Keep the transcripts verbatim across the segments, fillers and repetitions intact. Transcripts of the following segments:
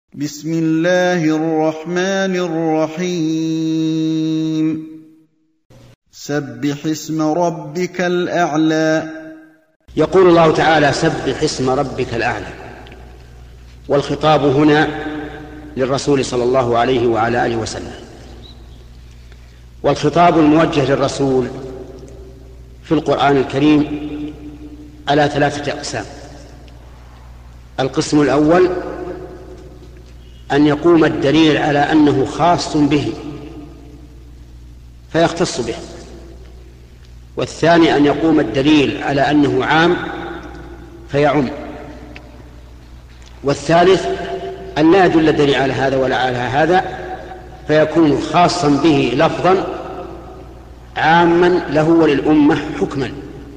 بسم الله الرحمن الرحيم سبح اسم ربك الأعلى. يقول الله تعالى: سبح اسم ربك الأعلى. والخطاب هنا للرسول صلى الله عليه وعلى آله وسلم. والخطاب الموجه للرسول في القرآن الكريم على ثلاثة أقسام. القسم الأول أن يقوم الدليل على أنه خاص به فيختص به، والثاني أن يقوم الدليل على أنه عام فيعم، والثالث أن لا يدل الدليل على هذا ولا على هذا فيكون خاصا به لفظا عاما له وللأمة حكما.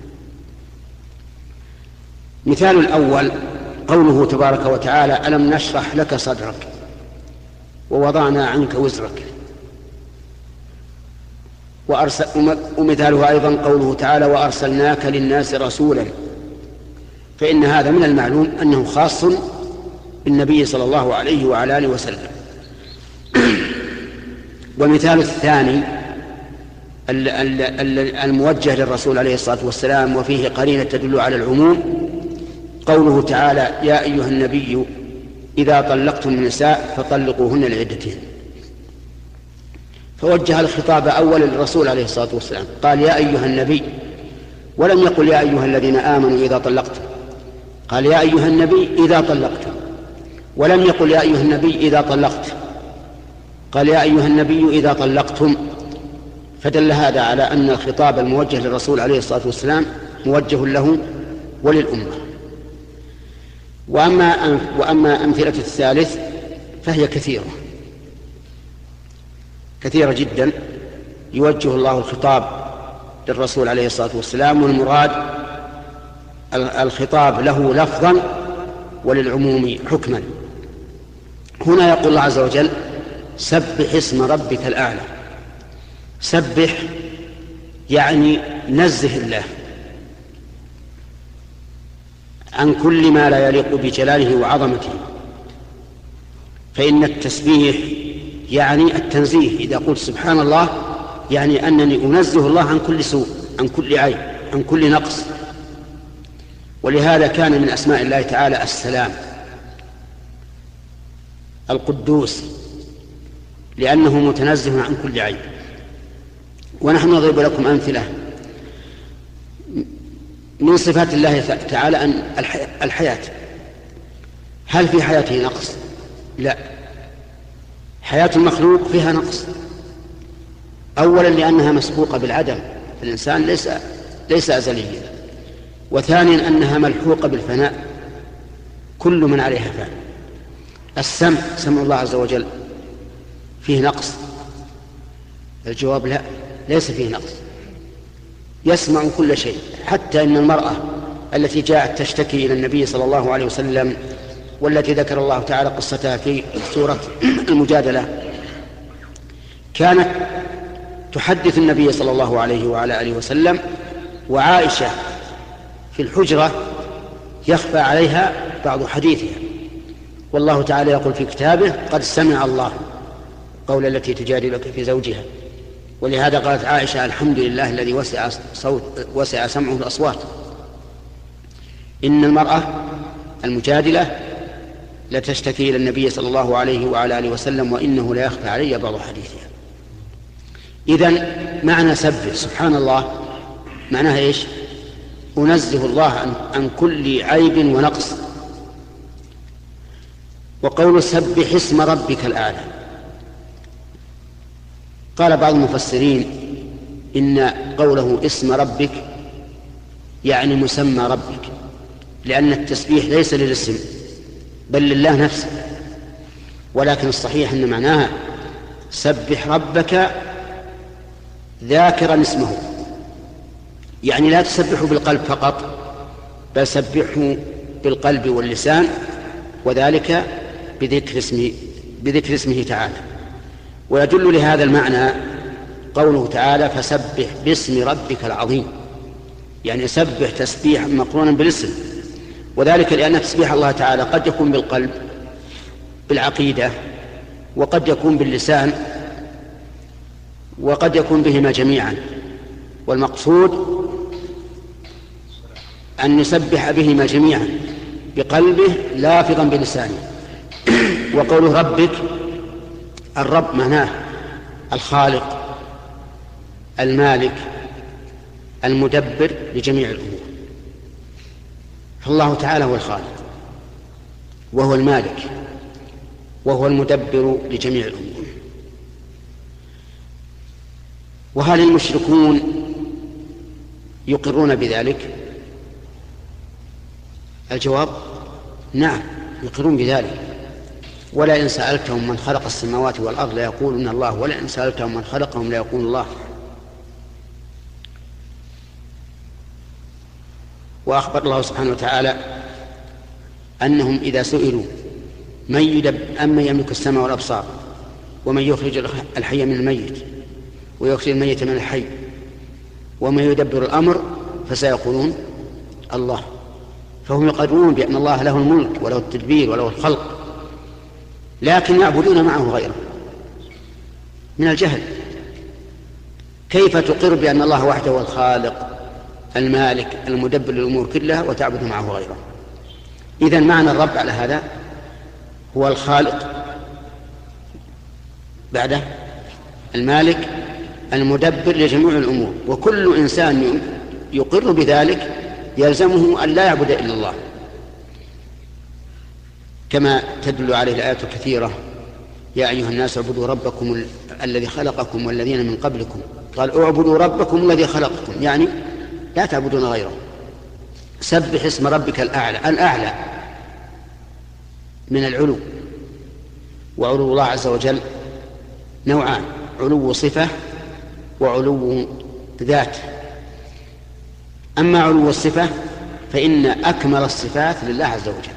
مثال الأول قوله تبارك وتعالى: ألم نشرح لك صدرك ووضعنا عنك وزرك. ومثاله أيضا قوله تعالى: وأرسلناك للناس رسولا. فإن هذا من المعلوم أنه خاص بالنبي صلى الله عليه وعلى آله وسلم. ومثال الثاني الموجه للرسول عليه الصلاة والسلام وفيه قرينة تدل على العموم قوله تعالى: يا أيها النبي إذا طلقتم النساء فطلقوهن لعدتهن. فوجه الخطاب أولا للرسول عليه الصلاة والسلام، قال: يا أيها النبي، ولم يقل يا أيها الذين آمنوا إذا طلقتم، قال: يا أيها النبي إذا طلقتم، ولم يقل يا أيها النبي إذا طلقت، قال: يا أيها النبي إذا طلقتم. فدل هذا على أن الخطاب الموجه للرسول عليه الصلاة والسلام موجه له وللأمة. وأما وأما أمثلة الثالث فهي كثيرة كثيرة جدا يوجه الله الخطاب للرسول عليه الصلاة والسلام، والمراد الخطاب له لفظا وللعموم حكما. هنا يقول الله عز وجل: سبح اسم ربك الأعلى. سبح يعني نزه الله عن كل ما لا يليق بجلاله وعظمته، فإن التسبيح يعني التنزيه. إذا قلت سبحان الله يعني أنني أنزه الله عن كل سوء، عن كل عيب، عن كل نقص. ولهذا كان من أسماء الله تعالى السلام، القدوس، لأنه متنزه عن كل عيب. ونحن نضرب لكم أمثلة من صفات الله تعالى أن الحياة. هل في حياته نقص؟ لا، حياة المخلوق فيها نقص. أولا لأنها مسبوقة بالعدم، الإنسان ليس ليس أزليا. وثانيا أنها ملحوقة بالفناء، كل من عليها فان. السمع، سمع الله عز وجل، فيه نقص؟ الجواب لا، ليس فيه نقص، يسمع كل شيء. حتى إن المرأة التي جاءت تشتكي إلى النبي صلى الله عليه وسلم والتي ذكر الله تعالى قصتها في سورة المجادلة كانت تحدث النبي صلى الله عليه وعلى آله وسلم، وعائشة في الحجرة يخفى عليها بعض حديثها. والله تعالى يقول في كتابه: قد سمع الله قول التي تجادلك في زوجها. ولهذا قالت عائشة: الحمد لله الذي وسع, صوت وسع سمعه الأصوات. إن المرأة المجادلة لتشتكي إلى النبي صلى الله عليه وعلى آله وسلم وإنه لا يخفى علي بعض حديثها. إذن معنى سبح سبحان الله معناها إيش؟ أنزه الله عن, عن كل عيب ونقص. وقول سبح اسم ربك الأعلى، قال بعض المفسرين إن قوله اسم ربك يعني مسمى ربك، لأن التسبيح ليس للاسم بل لله نفسه. ولكن الصحيح أن معناها سبح ربك ذاكرا اسمه، يعني لا تسبحه بالقلب فقط بل سبحه بالقلب واللسان، وذلك بذكر اسمه, بذكر اسمه تعالى. ويدل لهذا المعنى قوله تعالى: فسبح باسم ربك العظيم، يعني سبح تسبيح مقرونا بالاسم. وذلك لأن تسبيح الله تعالى قد يكون بالقلب بالعقيدة، وقد يكون باللسان، وقد يكون بهما جميعا، والمقصود أن نسبح بهما جميعا بقلبه لافظا بلسانه. وقوله ربك، الرب معناه الخالق المالك المدبر لجميع الأمور، فالله تعالى هو الخالق وهو المالك وهو المدبر لجميع الأمور. وهل المشركون يقرون بذلك؟ الجواب نعم، يقرون بذلك. ولئن سألتهم من خلق السماوات والأرض ليقولون الله، ولئن سألتهم من خلقهم ليقولون الله. وأخبر الله سبحانه وتعالى أنهم إذا سئلوا من يدب أمن يملك السماء والأبصار ومن يخرج الحي من الميت ويخرج الميت من الحي ومن يدبر الأمر فسيقولون الله. فهم يقرون بأن الله له الملك وله التدبير وله الخلق، لكن يعبدون معه غيره من الجهل. كيف تقر بأن الله وحده هو الخالق المالك المدبر للأمور كلها وتعبد معه غيره؟ إذن معنى الرب على هذا هو الخالق، بعده المالك المدبر لجميع الأمور. وكل إنسان يقر بذلك يلزمه أن لا يعبد إلا الله، كما تدل عليه الآيات الكثيرة: يا أيها الناس اعبدوا ربكم ال... الذي خلقكم والذين من قبلكم. قال اعبدوا ربكم الذي خلقكم، يعني لا تعبدون غيره. سبح اسم ربك الأعلى. الأعلى من العلو، وعلو الله عز وجل نوعان: علو صفة وعلو ذات. أما علو الصفة فإن أكمل الصفات لله عز وجل،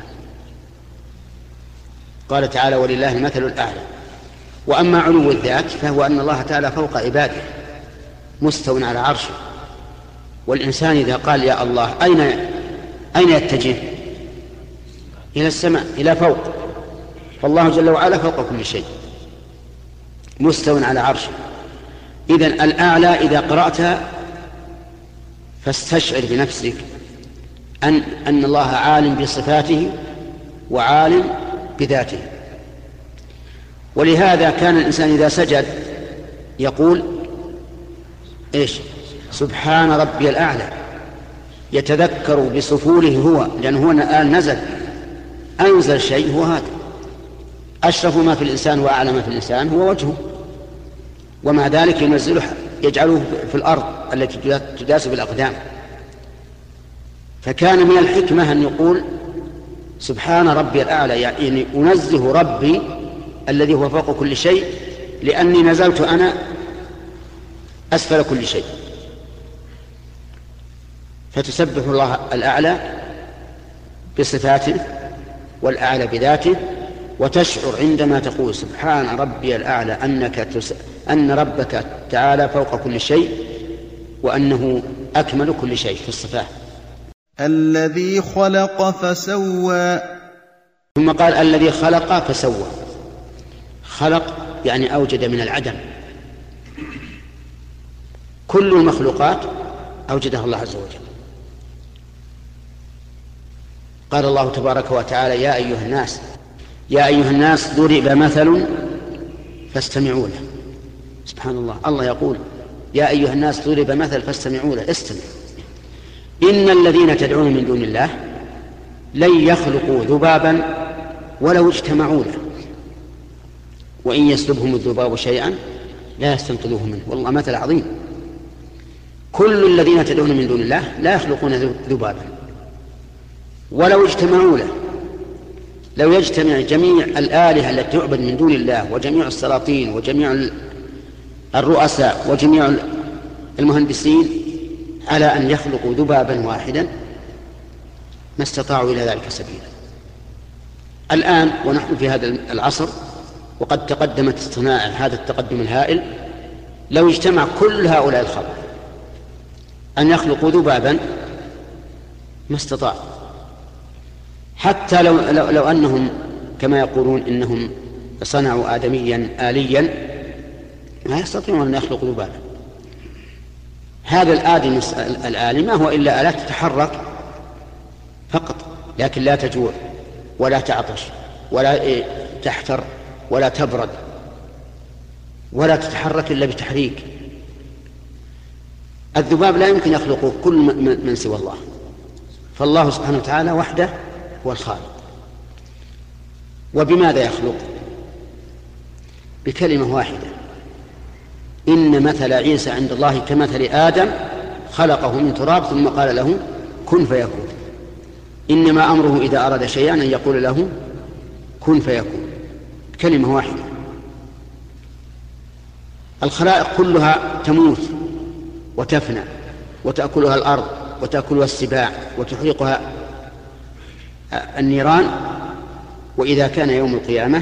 قال تعالى: ولله المثل الأعلى. وأما علو الذات فهو أن الله تعالى فوق عباده مستوٍ على عرشه. والإنسان إذا قال يا الله أين أين يتجه؟ إلى السماء، إلى فوق. فالله جل وعلا فوق كل شيء مستوٍ على عرشه. إذن الأعلى إذا قرأتها فاستشعر بنفسك أن أن الله عالم بصفاته وعالم بذاته. ولهذا كان الإنسان إذا سجد يقول إيش؟ سبحان ربي الأعلى، يتذكر بسفوله هو، لأنه هو الآن نزل أنزل شيء هو هذا. أشرف ما في الإنسان وأعلى ما في الإنسان هو وجهه، ومع ذلك ينزله يجعله في الأرض التي تداس بالأقدام. فكان من الحكمة أن يقول سبحان ربي الأعلى، يعني أنزه ربي الذي هو فوق كل شيء، لأني نزلت أنا أسفل كل شيء. فتسبح الله الأعلى بصفاته والأعلى بذاته، وتشعر عندما تقول سبحان ربي الأعلى أنك تس... أن ربك تعالى فوق كل شيء، وأنه أكمل كل شيء في الصفات. الذي خلق فسوى. ثم قال الذي خلق فسوى. خلق يعني أوجد من العدم. كل المخلوقات أوجدها الله عز وجل. قال الله تبارك وتعالى يا أيها الناس يا أيها الناس ضرب مثل فاستمعوا له. سبحان الله، الله يقول يا أيها الناس ضرب مثل فاستمعوا له، استمع. إن الذين تدعون من دون الله لن يخلقوا ذبابا ولو اجتمعوا له، وإن يسلبهم الذباب شيئا لا يستنقذوه منه. والله مثل عظيم. كل الذين تدعون من دون الله لا يخلقون ذبابا ولو اجتمعوا له. لو يجتمع جميع الآلهة التي تعبد من دون الله وجميع السلاطين وجميع الرؤساء وجميع المهندسين على أن يخلقوا ذبابا واحدا ما استطاعوا إلى ذلك سبيلا. الآن ونحن في هذا العصر وقد تقدمت الصناعة هذا التقدم الهائل، لو اجتمع كل هؤلاء الخلق أن يخلقوا ذبابا ما استطاعوا، حتى لو, لو, لو أنهم كما يقولون إنهم صنعوا آدميا آليا، ما يستطيعون أن يخلقوا ذبابا. هذا الآدم الآلي ما هو إلا آلات تتحرك فقط، لكن لا تجوع ولا تعطش ولا تحتر ولا تبرد ولا تتحرك إلا بتحريك. الذباب لا يمكن يخلقه كل من سوى الله، فالله سبحانه وتعالى وحده هو الخالق. وبماذا يخلق؟ بكلمة واحدة: إن مثل عيسى عند الله كمثل آدم خلقه من تراب ثم قال له كن فيكون. إنما أمره إذا أراد شيئا أن يقول له كن فيكون، كلمة واحدة. الخلائق كلها تموت وتفنى وتأكلها الأرض وتأكلها السباع وتحرقها النيران، وإذا كان يوم القيامة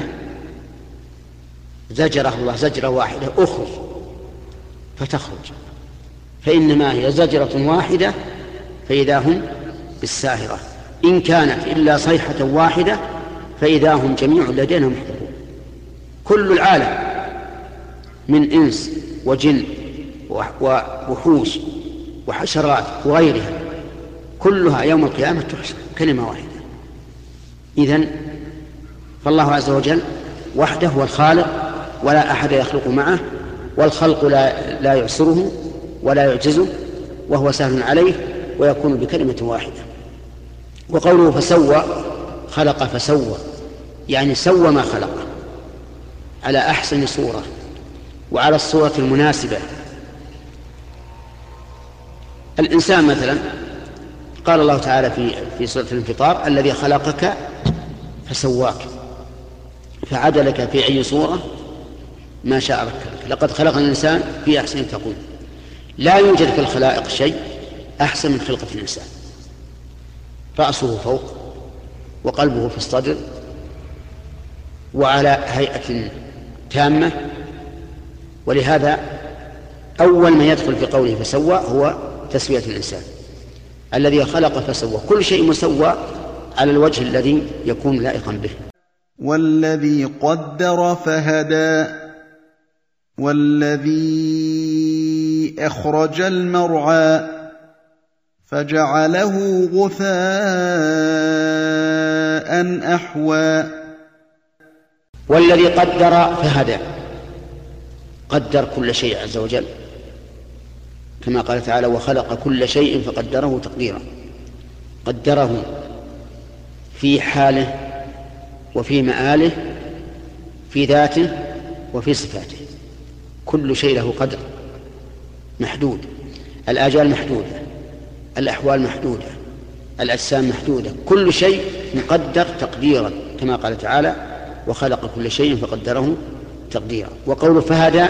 زجره الله زجرة واحدة: أخرج، فتخرج، فإنما هي زجرة واحدة فإذا هم بالساهرة، إن كانت إلا صيحة واحدة فإذا هم جميع لدينا محضرون. كل العالم من إنس وجن ووحوش وحشرات وغيرها كلها يوم القيامة تحشر كلمة واحدة. إذن فالله عز وجل وحده هو الخالق، ولا أحد يخلق معه، والخلق لا, لا يعسره ولا يعجزه، وهو سهل عليه ويكون بكلمة واحدة. وقوله فسوى، خلق فسوى، يعني سوى ما خلق على أحسن صورة وعلى الصورة المناسبة. الإنسان مثلا قال الله تعالى في في سورة الانفطار: الذي خلقك فسواك فعدلك في أي صورة ما شاء ركبك. لقد خلقنا الإنسان في أحسن تقويم. لا يوجد في الخلائق شيء أحسن من خلقة الإنسان. رأسه فوق وقلبه في الصدر وعلى هيئة تامة، ولهذا أول ما يدخل في قوله فسوى هو تسوية الإنسان. الذي خلق فسوى، كل شيء مسوى على الوجه الذي يكون لائقا به. والذي قدر فهدى، والذي أخرج المرعى فجعله غثاء أحوى. والذي قدر فهدى، قدر كل شيء عز وجل، كما قال تعالى: وخلق كل شيء فقدره تقديرا. قدره في حاله وفي مآله، في ذاته وفي صفاته. كل شيء له قدر محدود، الآجال محدودة، الأحوال محدودة، الأجسام محدودة، كل شيء مقدر تقديرا، كما قال تعالى: وخلق كل شيء فقدره تقديرا. وقوله فهدى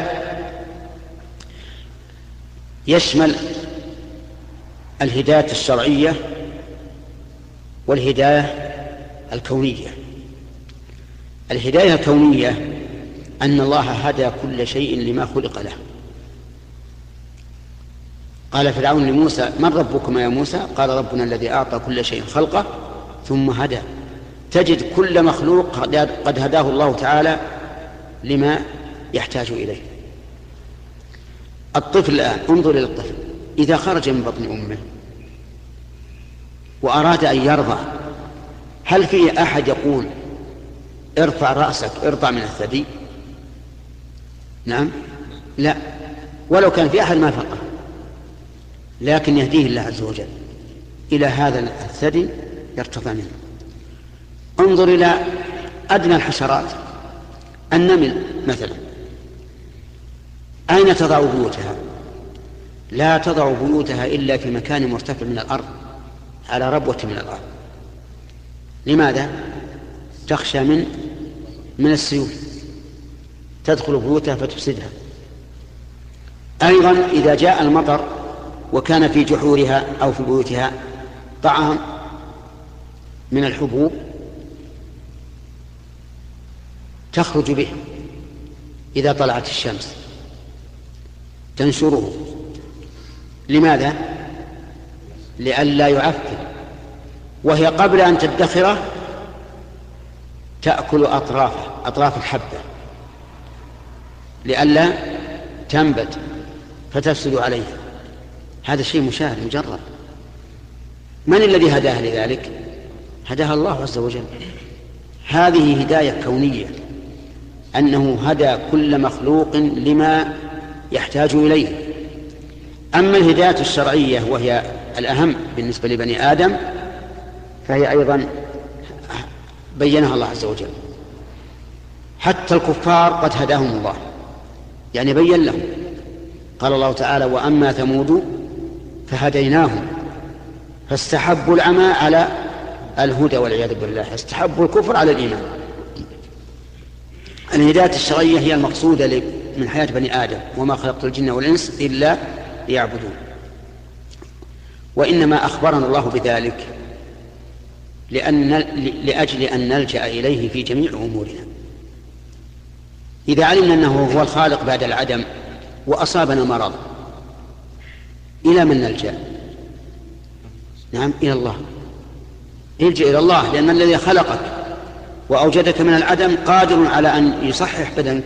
يشمل الهداية الشرعية والهداية الكونية. الهداية الكونية أن الله هدى كل شيء لما خلق له. قال فرعون لموسى: من ربكما يا موسى؟ قال: ربنا الذي أعطى كل شيء خلقه ثم هدى. تجد كل مخلوق قد هداه الله تعالى لما يحتاج إليه. الطفل الآن، انظر إلى الطفل إذا خرج من بطن أمه وأراد أن يرضع، هل في أحد يقول ارفع رأسك ارضع من الثدي؟ نعم، لا، ولو كان في أحد ما فقه، لكن يهديه الله عز وجل إلى هذا الثدي يرتضى منه. انظر إلى أدنى الحشرات، النمل مثلا، أين تضع بيوتها؟ لا تضع بيوتها إلا في مكان مرتفع من الأرض، على ربوة من الأرض. لماذا؟ تخشى من من السيول تدخل بيوتها فتفسدها. أيضا إذا جاء المطر وكان في جحورها أو في بيوتها طعام من الحبوب تخرج به إذا طلعت الشمس تنشره. لماذا؟ لئلا يعفن، وهي قبل أن تدخره تأكل أطرافه أطراف الحبة لئلا تنبت فتفسد عليها. هذا شيء مشاهد مجرد. من الذي هداها لذلك؟ هداها الله عز وجل. هذه هداية كونية، أنه هدى كل مخلوق لما يحتاج إليه. أما الهداية الشرعية وهي الأهم بالنسبة لبني آدم فهي أيضا بينها الله عز وجل. حتى الكفار قد هداهم الله، يعني بين لهم. قال الله تعالى: وأما ثمود فهديناهم فاستحبوا العمى على الهدى والعياذ بالله، استحبوا الكفر على الإيمان. الهداية الشرعية هي المقصودة من حياة بني آدم: وما خلقت الجن والإنس إلا ليعبدون. وإنما أخبرنا الله بذلك لأن لأجل أن نلجأ إليه في جميع أمورنا. إذا علمنا أنه هو الخالق بعد العدم وأصابنا مرض، إلى من نلجأ؟ نعم، إلى الله. الجأ إلى الله، لأن الذي خلقك وأوجدك من العدم قادر على أن يصحح بدنك.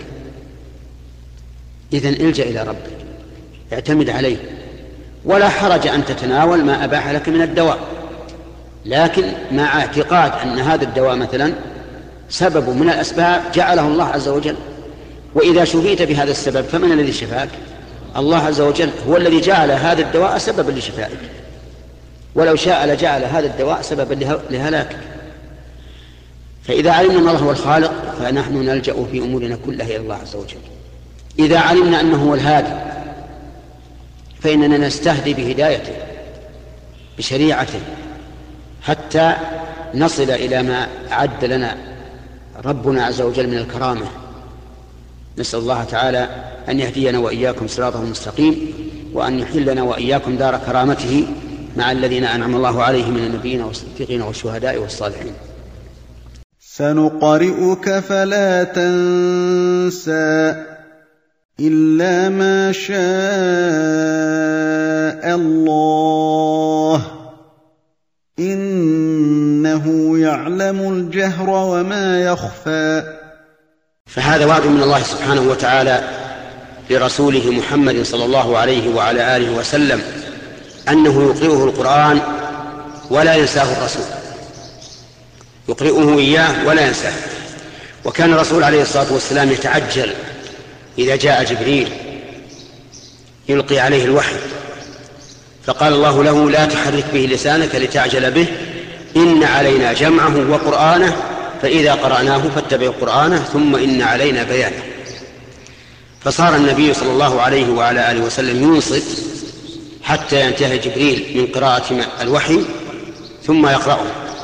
إذن الجأ إلى ربك، اعتمد عليه. ولا حرج أن تتناول ما أباح لك من الدواء، لكن مع اعتقاد أن هذا الدواء مثلا سبب من الأسباب جعله الله عز وجل. وإذا شفيت بهذا السبب فمن الذي شفاك؟ الله عز وجل هو الذي جعل هذا الدواء سببا لشفائك، ولو شاء لجعل هذا الدواء سببا لهلاكك. فإذا علمنا أن الله هو الخالق فنحن نلجأ في أمورنا كلها إلى الله عز وجل. إذا علمنا أنه هو الهادي فإننا نستهدي بهدايته بشريعته حتى نصل إلى ما أعد لنا ربنا عز وجل من الكرامة. نسأل الله تعالى أن يهدينا وإياكم صراطه المستقيم، وأن يحلنا وإياكم دار كرامته مع الذين أنعم الله عليهم من النبيين والصديقين والشهداء والصالحين. سنقرئك فلا تنسى إلا ما شاء الله إنه يعلم الجهر وما يخفى. فهذا وعد من الله سبحانه وتعالى لرسوله محمد صلى الله عليه وعلى آله وسلم أنه يقرئه القرآن ولا ينساه الرسول، يقرئه إياه ولا ينساه. وكان الرسول عليه الصلاة والسلام يتعجل إذا جاء جبريل يلقي عليه الوحي، فقال الله له: لا تحرك به لسانك لتعجل به، إن علينا جمعه وقرآنه، فإذا قرأناه فاتبع قرآنه، ثم إن علينا بيانه. فصار النبي صلى الله عليه وعلى آله وسلم ينصت حتى ينتهي جبريل من قراءة الوحي ثم يقرأه.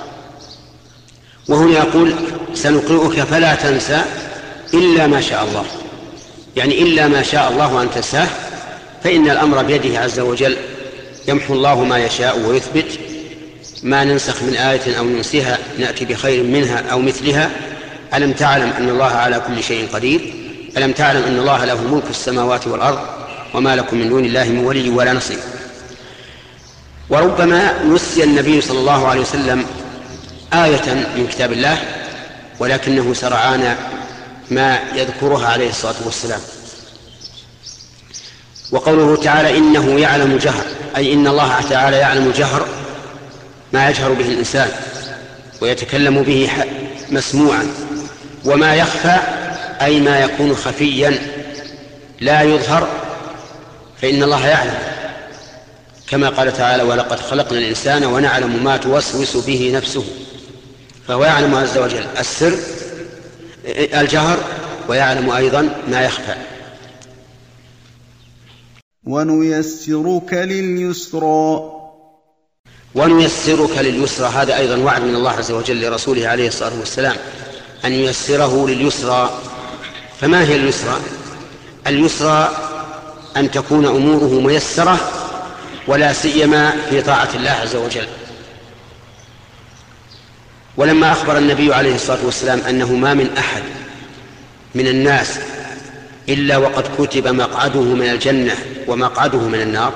وهنا يقول: سنقرئك فلا تنسى إلا ما شاء الله، يعني إلا ما شاء الله أن تنساه، فإن الأمر بيده عز وجل، يمحو الله ما يشاء ويثبت. ما ننسخ من آية أو ننسها نأتي بخير منها أو مثلها. ألم تعلم أن الله على كل شيء قدير؟ ألم تعلم أن الله له ملك السماوات والأرض وما لكم من دون الله من ولي ولا نصير. وربما نسي النبي صلى الله عليه وسلم آية من كتاب الله ولكنه سرعان ما يذكرها عليه الصلاة والسلام. وقوله تعالى: إنه يعلم الجهر، أي إن الله تعالى يعلم الجهر، ما يجهر به الإنسان ويتكلم به مسموعا، وما يخفى أي ما يكون خفيا لا يظهر، فإن الله يعلم، كما قال تعالى: ولقد خلقنا الإنسان ونعلم ما توسوس به نفسه. فهو يعلم عز وجل السر الجهر، ويعلم أيضا ما يخفى. ونيسرك لليسرى ونيسرك لليسرى، هذا أيضا وعد من الله عز وجل لرسوله عليه الصلاة والسلام أن ييسره لليسرى. فما هي اليسرى؟ اليسرى أن تكون أموره ميسرة، ولا سيما في طاعة الله عز وجل. ولما أخبر النبي عليه الصلاة والسلام أنه ما من أحد من الناس إلا وقد كتب مقعده من الجنة ومقعده من النار،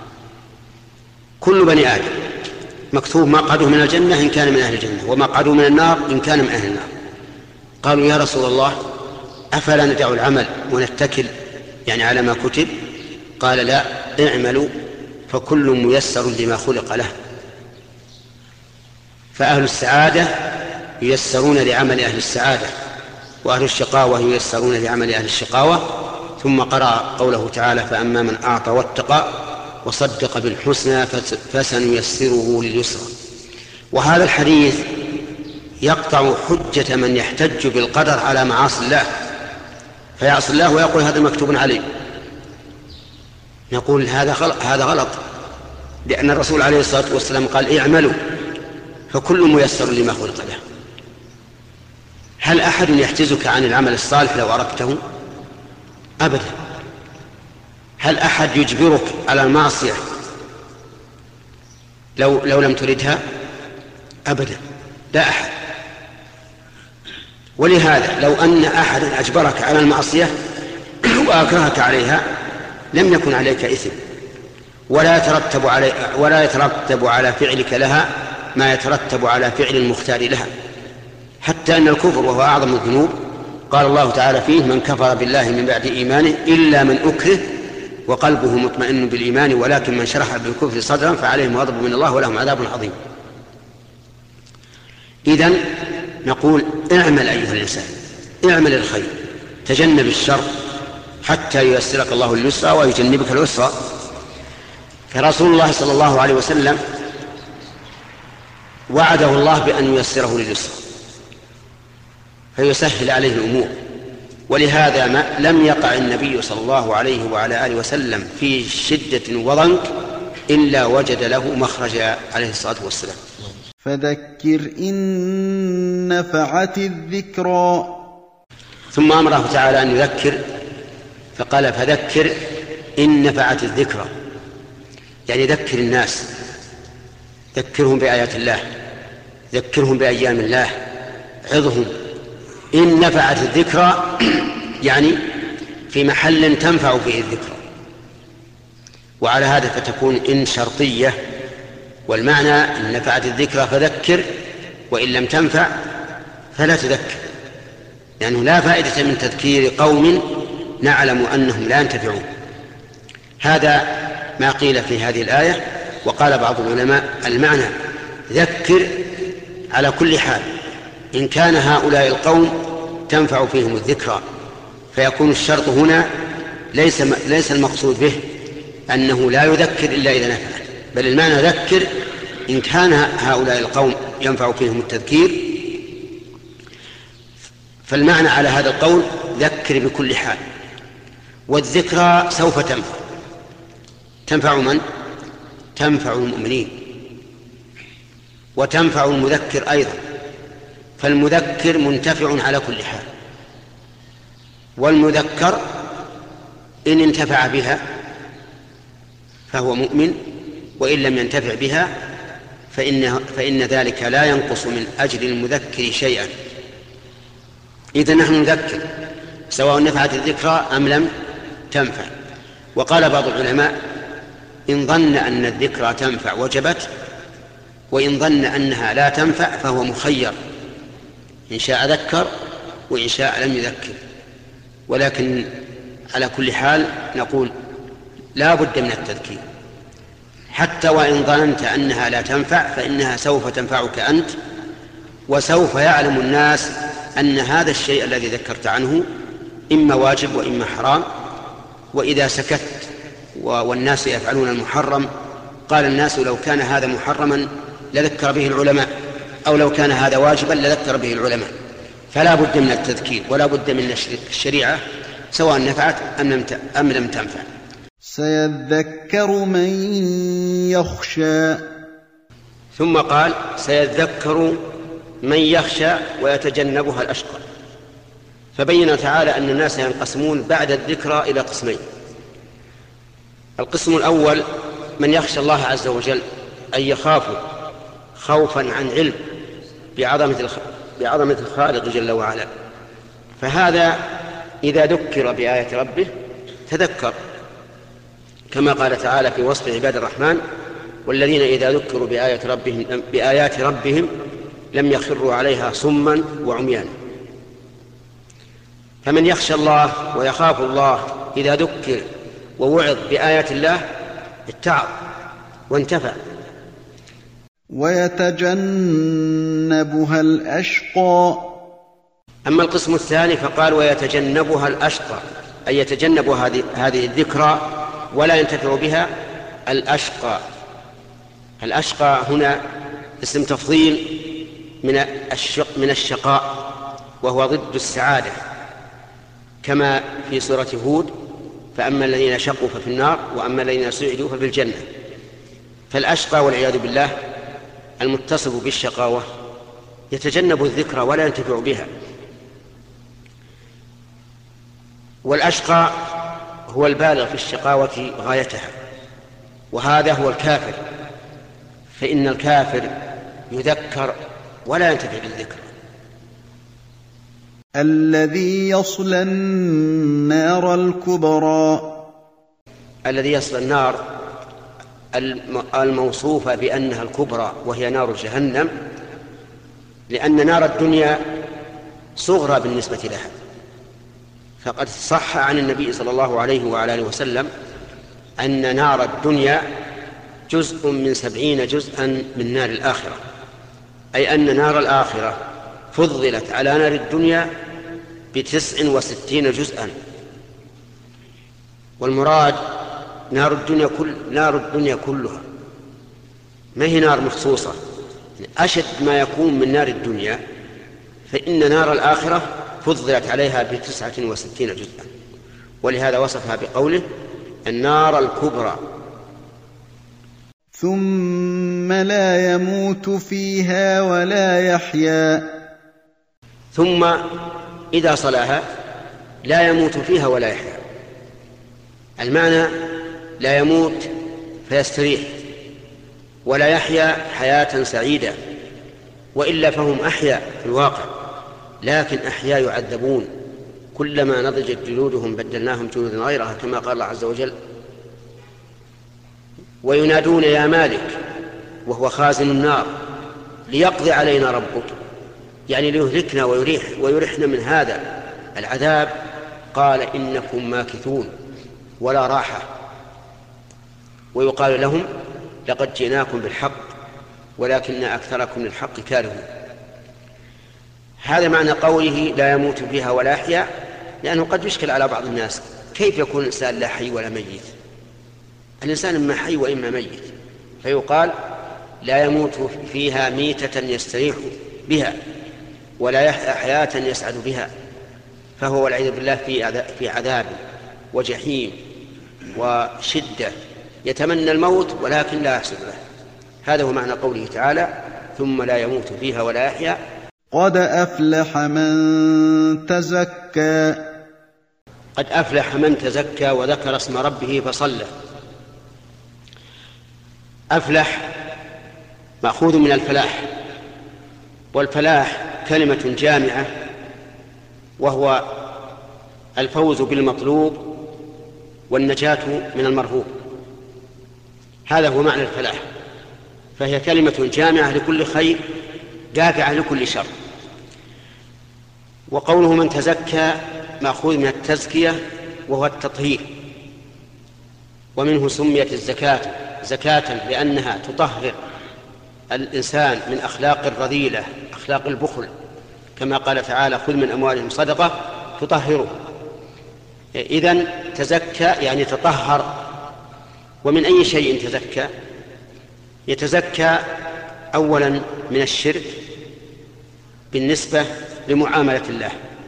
كل بني آدم مكتوب مقعده من الجنة إن كان من أهل الجنة، ومقعده من النار إن كان من أهل النار. قالوا يا رسول الله أفلا ندع العمل ونتكل يعني على ما كتب؟ قال لا، اعملوا فكل ميسر لما خلق له. فأهل السعادة ييسرون لعمل أهل السعادة، وأهل الشقاوة ييسرون لعمل أهل الشقاوة. ثم قرأ قوله تعالى فأما من أعطى واتقى وصدق بالحسنى فسنيسره لليسرى. وهذا الحديث يقطع حجة من يحتج بالقدر على معاصي الله، فيعصي الله ويقول هذا مكتوب عليه. نقول هذا غلط، هذا غلط، لأن الرسول عليه الصلاة والسلام قال اعملوا فكل ميسر لما خلق له. هل أحد يحجزك عن العمل الصالح لو أردته؟ أبدا. هل أحد يجبرك على المعصية لو, لو لم تردها؟ أبدا، لا أحد. ولهذا لو أن أحد أجبرك على المعصية وأكرهك عليها لم يكن عليك إثم، ولا يترتب علي ولا يترتب على فعلك لها ما يترتب على فعل المختار لها. حتى أن الكفر وهو أعظم الذنوب قال الله تعالى فيه من كفر بالله من بعد إيمانه إلا من أكره وقلبه مطمئن بالإيمان ولكن من شرح بالكفر صدرا فعليهم غضب من الله ولهم عذاب عظيم. إذن نقول اعمل أيها الإنسان، اعمل الخير، تجنب الشر حتى ييسرك الله اليسرى ويجنبك العسرى. فرسول الله صلى الله عليه وسلم وعده الله بأن ييسره لليسرى فيسهل عليه الأمور. ولهذا ما لم يقع النبي صلى الله عليه وعلى آله وسلم في شدة وضنك إلا وجد له مخرجا عليه الصلاة والسلام. فذكر إن نفعت الذكرى. ثم أمره تعالى أن يذكر فقال فذكر إن نفعت الذكرى، يعني ذكر الناس، ذكرهم بآيات الله، ذكرهم بأيام الله، عظهم. إن نفعت الذكرى يعني في محل تنفع فيه الذكرى، وعلى هذا فتكون إن شرطية، والمعنى إن نفعت الذكرى فذكر وإن لم تنفع فلا تذكر، لأنه يعني لا فائدة من تذكير قوم نعلم أنهم لا ينتفعون. هذا ما قيل في هذه الآية. وقال بعض العلماء المعنى ذكر على كل حال، إن كان هؤلاء القوم تنفع فيهم الذكرى، فيكون الشرط هنا ليس ليس المقصود به أنه لا يذكر إلا إذا نفع، بل المعنى ذكر إن كان هؤلاء القوم ينفع فيهم التذكير. فالمعنى على هذا القول ذكر بكل حال. والذكرى سوف تنفع. تنفع من؟ تنفع المؤمنين وتنفع المذكر أيضا، فالمذكر منتفع على كل حال، والمذكر إن انتفع بها فهو مؤمن، وإن لم ينتفع بها فإن, فإن ذلك لا ينقص من أجل المذكر شيئا. إذن نحن نذكر سواء نفعت الذكرى أم لم تنفع. وقال بعض العلماء إن ظن أن الذكرى تنفع وجبت، وإن ظن أنها لا تنفع فهو مخير، إن شاء ذكر وإن شاء لم يذكر. ولكن على كل حال نقول لا بد من التذكير، حتى وإن ظننت أنها لا تنفع فإنها سوف تنفعك أنت، وسوف يعلم الناس أن هذا الشيء الذي ذكرت عنه إما واجب وإما حرام. وإذا سكت والناس يفعلون المحرم قال الناس لو كان هذا محرما لذكر به العلماء، أو لو كان هذا واجبا لذكر به العلماء. فلا بد من التذكير ولا بد من الشريعة سواء نفعت أم لم تنفع. سيذكر من يخشى. ثم قال سيذكر من يخشى ويتجنبها الأشقى. فبين تعالى أن الناس ينقسمون بعد الذكرى إلى قسمين. القسم الأول من يخشى الله عز وجل، أي يخاف خوفا عن علم بعظمة بعظمة الخالق جل وعلا، فهذا إذا ذكر بآية ربه تذكر، كما قال تعالى في وصف عباد الرحمن والذين إذا ذكروا بآيات ربهم, بآيات ربهم لم يخروا عليها صما وعميانا. فمن يخشى الله ويخاف الله إذا ذكر ووعظ بآيات الله اتعظ وانتفع. ويتجنبها الأشقى. أما القسم الثاني فقال ويتجنبها الأشقى، أي يتجنب هذه هذه الذكرى ولا ينتفع بها. الأشقى الأشقى هنا اسم تفضيل من الشق من الشقاء، وهو ضد السعادة، كما في سورة هود: فأما الذين شقوا ففي النار وأما الذين سعدوا ففي الجنة. فالأشقى والعياذ بالله المتصف بالشقاوة يتجنب الذكرى ولا ينتفع بها. والأشقى هو البالغ في الشقاوة غايتها، وهذا هو الكافر، فإن الكافر يذكر ولا ينتفع بالذكر. الذي يصلى النار الكبرى. الذي يصلى النار الموصوفة بأنها الكبرى وهي نار جهنم، لأن نار الدنيا صغرى بالنسبة لها، فقد صح عن النبي صلى الله عليه وعلى آله وسلم أن نار الدنيا جزء من سبعين جزءا من نار الآخرة، أي أن نار الآخرة فضلت على نار الدنيا بتسع وستين جزءا. والمراد نار الدنيا كل نار الدنيا كلها، ما هي نار مخصوصة. أشد ما يكون من نار الدنيا، فإن نار الآخرة فضلت عليها بتسعة وستين جزءا، ولهذا وصفها بقوله النار الكبرى. ثم لا يموت فيها ولا يحيا. ثم إذا صلاها لا يموت فيها ولا يحيا. المعنى لا يموت فيستريح، ولا يحيا حياة سعيدة، وإلا فهم أحيا في الواقع، لكن أحيا يعذبون، كلما نضجت جلودهم بدلناهم جلودا غيرها، كما قال الله عز وجل: وينادون يا مالك، وهو خازن النار، ليقضي علينا ربك، يعني ليهلكنا ويريح ويرحنا من هذا العذاب. قال إنكم ماكثون ولا راحة. ويقال لهم لقد جئناكم بالحق ولكن أكثركم للحق كارهون. هذا معنى قوله لا يموت فيها ولا يحيا، لأنه قد يشكل على بعض الناس: كيف يكون الإنسان لا حي ولا ميت؟ الإنسان إما حي وإما ميت. فيقال لا يموت فيها ميتة يستريح بها ولا يحيا حياة يسعد بها، فهو والعياذ بالله في عذاب وجحيم وشدة، يتمنى الموت ولكن لا يحصل له. هذا هو معنى قوله تعالى: ثم لا يموت فيها ولا يحيا. قد أفلح من تزكى. قد أفلح من تزكى وذكر اسم ربه فصلى. أفلح مأخوذ من الفلاح، والفلاح كلمة جامعة، وهو الفوز بالمطلوب والنجاة من المرهوب. هذا هو معنى الفلاح، فهي كلمة جامعة لكل خير دافعة لكل شر. وقوله من تزكى مأخوذ من التزكية، وهو التطهير، ومنه سميت الزكاة زكاة لأنها تطهر الإنسان من أخلاق الرذيلة، أخلاق البخل، كما قال تعالى: خذ من أموالهم صدقة تطهره. إذن تزكى يعني تطهر. ومن أي شيء تزكى؟ يتزكى أولا من الشرك بالنسبة لمعاملة الله،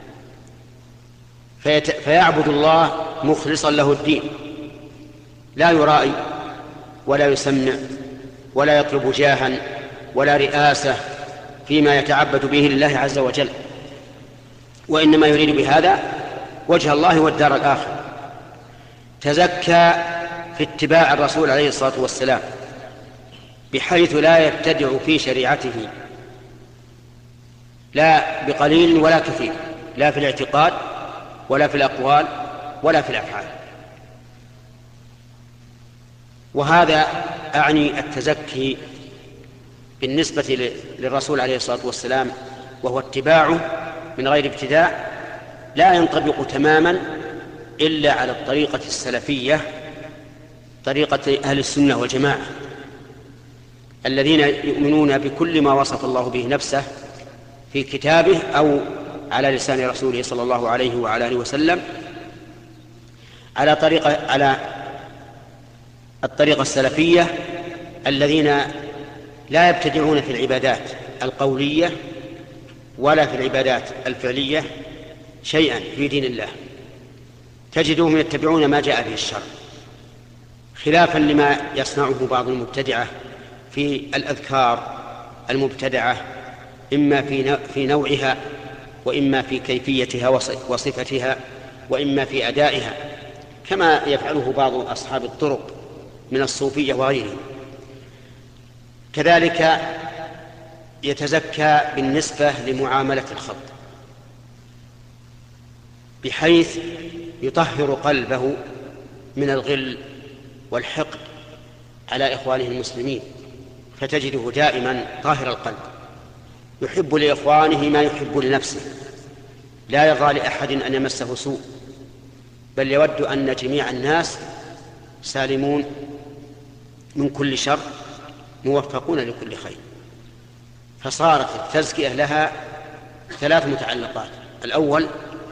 فيت... فيعبد الله مخلصا له الدين، لا يرائي ولا يسمع ولا يطلب جاها ولا رئاسة فيما يتعبد به لله عز وجل، وإنما يريد بهذا وجه الله والدار الآخرة. تزكى في اتباع الرسول عليه الصلاة والسلام، بحيث لا يبتدع في شريعته لا بقليل ولا كثير، لا في الاعتقاد ولا في الأقوال ولا في الأفعال. وهذا أعني التزكي بالنسبة للرسول عليه الصلاة والسلام، وهو اتباعه من غير ابتداع لا ينطبق تماما إلا على الطريقة السلفية، طريقة أهل السنة والجماعة الذين يؤمنون بكل ما وصف الله به نفسه في كتابه أو على لسان رسوله صلى الله عليه وعلى آله وسلم، على طريقة على الطريقة السلفية الذين لا يبتدعون في العبادات القولية ولا في العبادات الفعلية شيئا في دين الله، تجدهم يتبعون ما جاء به الشرع، خلافا لما يصنعه بعض المبتدعة في الأذكار المبتدعة، إما في نوعها وإما في كيفيتها وصفتها وإما في أدائها، كما يفعله بعض أصحاب الطرق من الصوفية وغيرهم. كذلك يتزكى بالنسبة لمعاملة الخلق، بحيث يطهر قلبه من الغل والحقد على إخوانه المسلمين، فتجده دائما طاهر القلب، يحب لإخوانه ما يحب لنفسه، لا يرضى لأحد أن يمسه سوء، بل يود أن جميع الناس سالمون من كل شر موفقون لكل خير. فصارت التزكية لها ثلاث متعلقات: الأول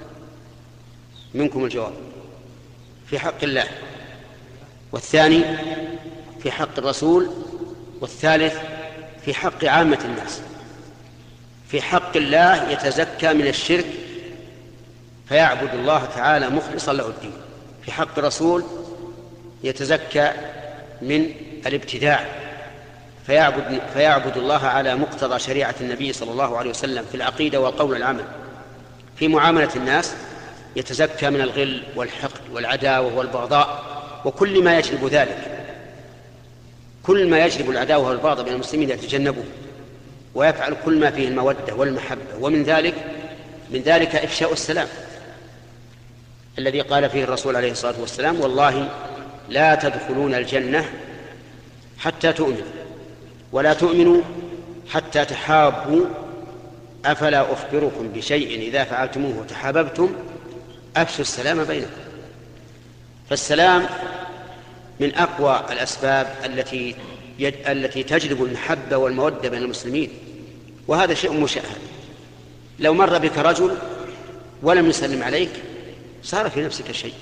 منكم الجواب في حق الله، والثاني في حق الرسول، والثالث في حق عامة الناس. في حق الله يتزكى من الشرك فيعبد الله تعالى مخلصا له الدين، في حق الرسول يتزكى من الابتداع فيعبد, فيعبد الله على مقتضى شريعة النبي صلى الله عليه وسلم في العقيدة والقول والعمل. في معاملة الناس يتزكى من الغل والحقد والعداوة والبغضاء وكل ما يجلب ذلك، كل ما يجلب العداوة والبغضاء بين المسلمين يتجنبه، ويفعل كل ما فيه المودة والمحبة. ومن ذلك من ذلك إفشاء السلام الذي قال فيه الرسول عليه الصلاة والسلام: والله لا تدخلون الجنة حتى تؤمنوا، ولا تؤمنوا حتى تحابوا، أفلا أخبركم بشيء إذا فعلتموه تحاببتم، أفشوا السلام بينكم. فالسلام من أقوى الأسباب التي التي تجلب المحبة والمودة بين المسلمين، وهذا شيء مشاهد. لو مر بك رجل ولم يسلم عليك صار في نفسك شيء،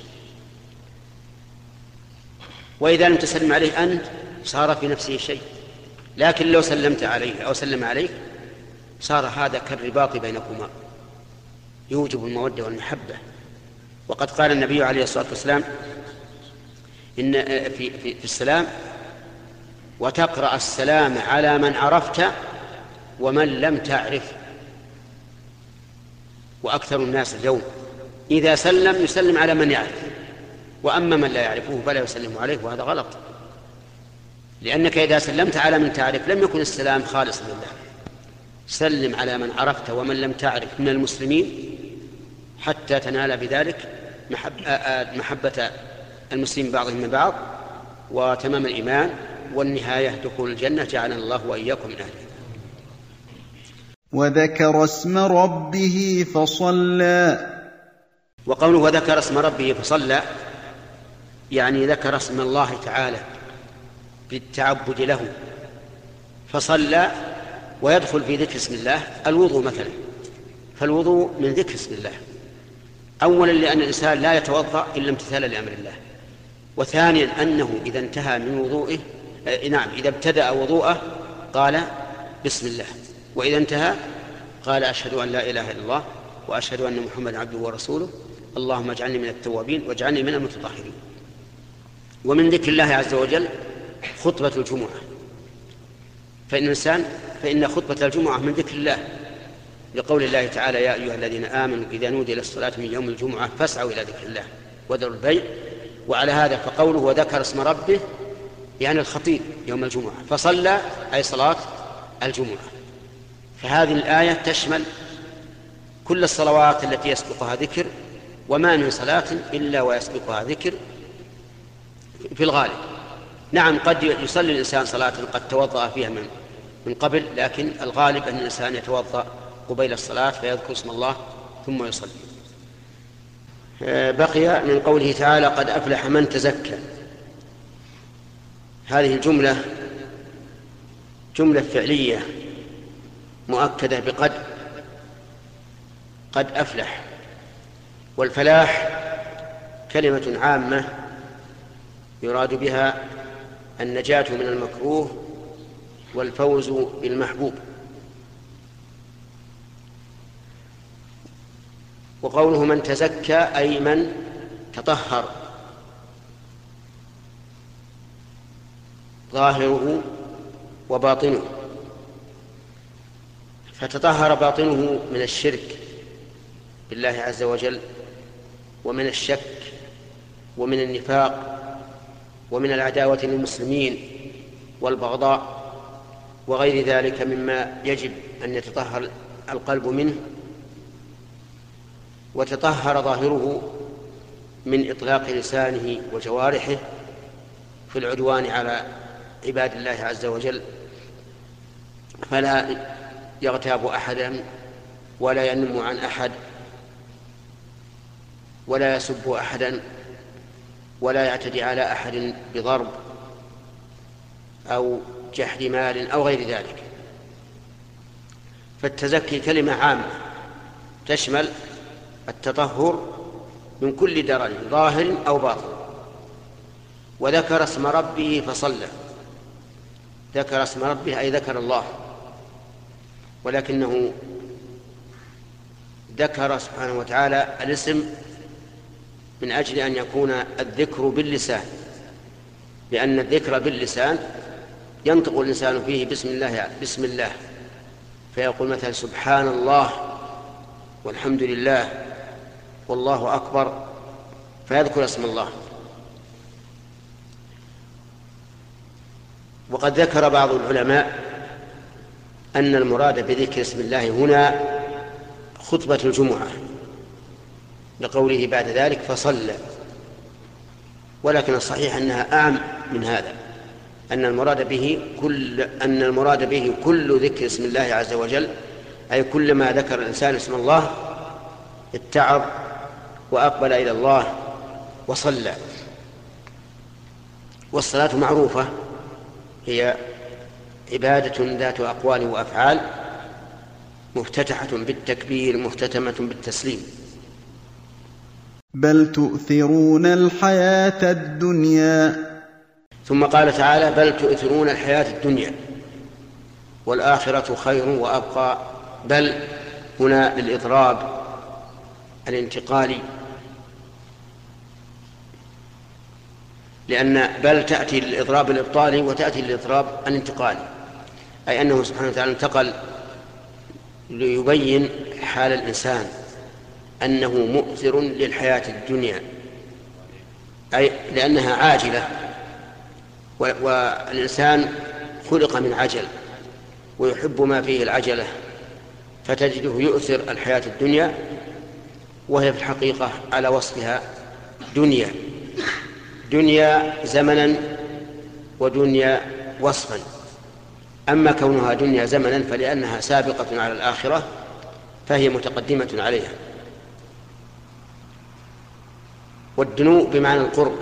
وإذا لم تسلم عليه أنت صار في نفسه شيء، لكن لو سلمت عليه أو سلم عليك صار هذا كالرباط بينكما، يوجب المودة والمحبة. وقد قال النبي عليه الصلاة والسلام إن في, في, في السلام: وتقرأ السلام على من عرفت ومن لم تعرف. وأكثر الناس اليوم إذا سلم يسلم على من يعرف، وأما من لا يعرفه فلا يسلم عليه، وهذا غلط، لأنك إذا سلمت على من تعرف لم يكن السلام خالصا لله. سلم على من عرفت ومن لم تعرف من المسلمين حتى تنال بذلك محبة المسلمين بعضهم من بعض وتمام الإيمان، والنهاية دخول الجنة، جعلنا الله وإياكم من أهله. وذكر اسم ربه فصلى. وقوله وذكر اسم ربه فصلى يعني ذكر اسم الله تعالى بالتعبد له فصلى. ويدخل في ذكر اسم الله الوضوء مثلا، فالوضوء من ذكر اسم الله، أولا لأن الإنسان لا يتوضأ إلا امتثالا لأمر الله، وثانيا أنه إذا انتهى من وضوئه آه نعم إذا ابتدأ وضوءه قال بسم الله، وإذا انتهى قال أشهد أن لا إله إلا الله وأشهد أن محمدا عبده ورسوله، اللهم اجعلني من التوابين واجعلني من المتطهرين. ومن ذكر الله عز وجل خطبة الجمعة، فإن الإنسان فإن خطبة الجمعة من ذكر الله، لقول الله تعالى: يا أيها الذين آمنوا إذا نودي للصلاة من يوم الجمعة فاسعوا إلى ذكر الله وذروا البيع. وعلى هذا فقوله وذكر اسم ربه يعني الخطيب يوم الجمعة، فصلى أي صلاة الجمعة. فهذه الآية تشمل كل الصلوات التي يسبقها ذكر، وما من صلاة إلا ويسبقها ذكر في الغالب. نعم قد يصلي الإنسان صلاة قد توضأ فيها من من قبل، لكن الغالب أن الإنسان يتوضأ قبيل الصلاة فيذكر اسم الله ثم يصلي. بقي من قوله تعالى قد أفلح من تزكى. هذه الجملة جملة فعلية مؤكدة بقد. قد أفلح، والفلاح كلمة عامة يراد بها النجاة من المكروه والفوز بالمحبوب. وقوله من تزكى أي من تطهر ظاهره وباطنه، فتطهر باطنه من الشرك بالله عز وجل ومن الشك ومن النفاق ومن العداوة للمسلمين والبغضاء وغير ذلك مما يجب أن يتطهر القلب منه، وتطهر ظاهره من إطلاق لسانه وجوارحه في العدوان على عباد الله عز وجل، فلا يغتاب أحدا ولا ينم عن أحد ولا يسب أحدا ولا يعتدي على أحد بضرب أو جحد مال أو غير ذلك. فالتزكي كلمة عامة تشمل التطهر من كل درن ظاهر أو باطن. وذكر اسم ربه فصلى، ذكر اسم ربه أي ذكر الله، ولكنه ذكر سبحانه وتعالى الاسم من أجل أن يكون الذكر باللسان، لأن الذكر باللسان ينطق الإنسان فيه بسم الله بسم الله، فيقول مثلا سبحان الله والحمد لله والله أكبر، فيذكر اسم الله. وقد ذكر بعض العلماء أن المراد بذكر اسم الله هنا خطبة الجمعة لقوله بعد ذلك فصلى، ولكن الصحيح أنها أعم من هذا، أن المراد به كل أن المراد به كل ذكر اسم الله عز وجل، أي كلما ذكر الإنسان اسم الله اتعظ وأقبل إلى الله وصلى. والصلاة معروفة هي عبادة ذات أقوال وأفعال مفتتحة بالتكبير مختتمة بالتسليم. بل تؤثرون الحياة الدنيا. ثم قال تعالى بل تؤثرون الحياة الدنيا والآخرة خير وأبقى. بل هنا للإضراب الانتقالي، لأن بل تأتي للإضراب الإبطالي وتأتي للإضراب الانتقالي، أي أنه سبحانه وتعالى انتقل ليبين حال الإنسان أنه مؤثر للحياة الدنيا، أي لأنها عاجلة، والإنسان خلق من عجل ويحب ما فيه العجلة، فتجده يؤثر الحياة الدنيا وهي في الحقيقة على وصفها دنيا، دنيا زمنا ودنيا وصفا. أما كونها دنيا زمنا فلأنها سابقة على الآخرة فهي متقدمة عليها. والدنو بمعنى القرب.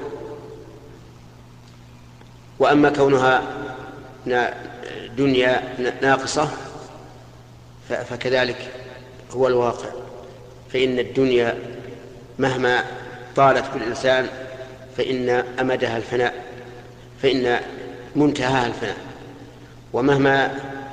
وأما كونها دنيا ناقصة فكذلك هو الواقع، فإن الدنيا مهما طالت بالإنسان فإن أمدها الفناء، فإن منتهاها الفناء، ومهما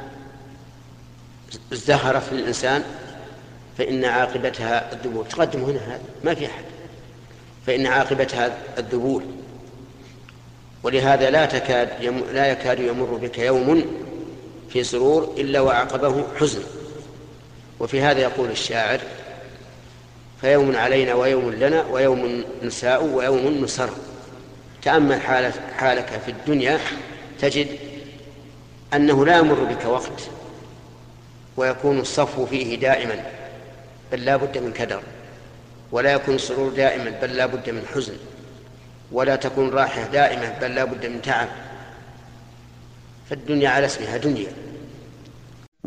ازدهرت للإنسان فإن عاقبتها الذبول. تقدم هنا هذا ما في أحد، فإن عاقبتها الذبول. ولهذا لا تكاد يم... لا يكاد يمر بك يوم في سرور إلا وعقبه حزن. وفي هذا يقول الشاعر فيوم علينا ويوم لنا ويوم نساء ويوم نسر. تأمل حالك في الدنيا تجد أنه لا يمر بك وقت ويكون الصفو فيه دائما بل لا بد من كدر، ولا يكون السرور دائما بل لا بد من حزن، ولا تكون راحة دائما بل لا بد من تعب. فالدنيا على اسمها دنيا.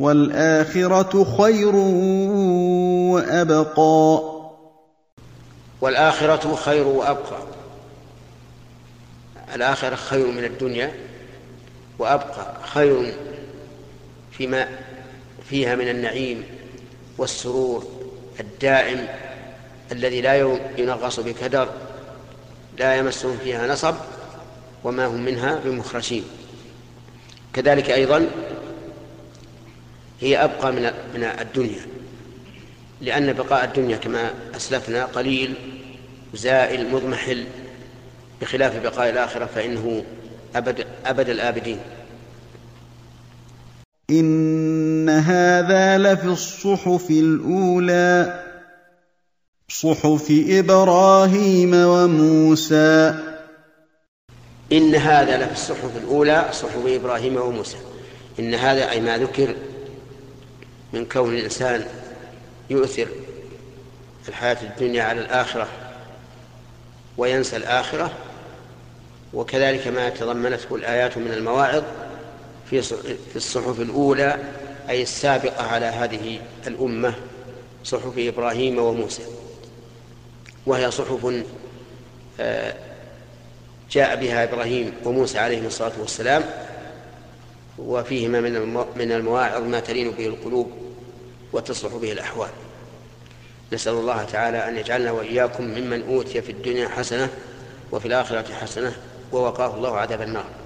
والآخرة خير وأبقى. والآخرة خير وأبقى. الآخرة خير من الدنيا وأبقى، خير فيما فيها من النعيم والسرور الدائم الذي لا ينغص بكدر، لا يمسهم فيها نصب وما هم منها بمخرجين. كذلك أيضا هي أبقى من الدنيا، لأن بقاء الدنيا كما أسلفنا قليل زائل مضمحل، بخلاف بقاء الآخرة فإنه أبد, أبد الآبدين. إن هذا لفي الصحف الأولى صحف إبراهيم وموسى. إن هذا لفي الصحف الأولى صحف إبراهيم وموسى. إن هذا أي ما ذكر من كون الإنسان يؤثر الحياة الدنيا على الآخرة وينسى الآخرة، وكذلك ما تضمنته الآيات من المواعظ في الصحف الأولى أي السابقة على هذه الأمة، صحف إبراهيم وموسى، وهي صحف جاء بها إبراهيم وموسى عليهم الصلاة والسلام، وفيهما من المواعظ ما تلين به القلوب وتصلح به الأحوال. نسأل الله تعالى أن يجعلنا وإياكم ممن أوتي في الدنيا حسنة وفي الآخرة حسنة ووقاه الله عذاب النار.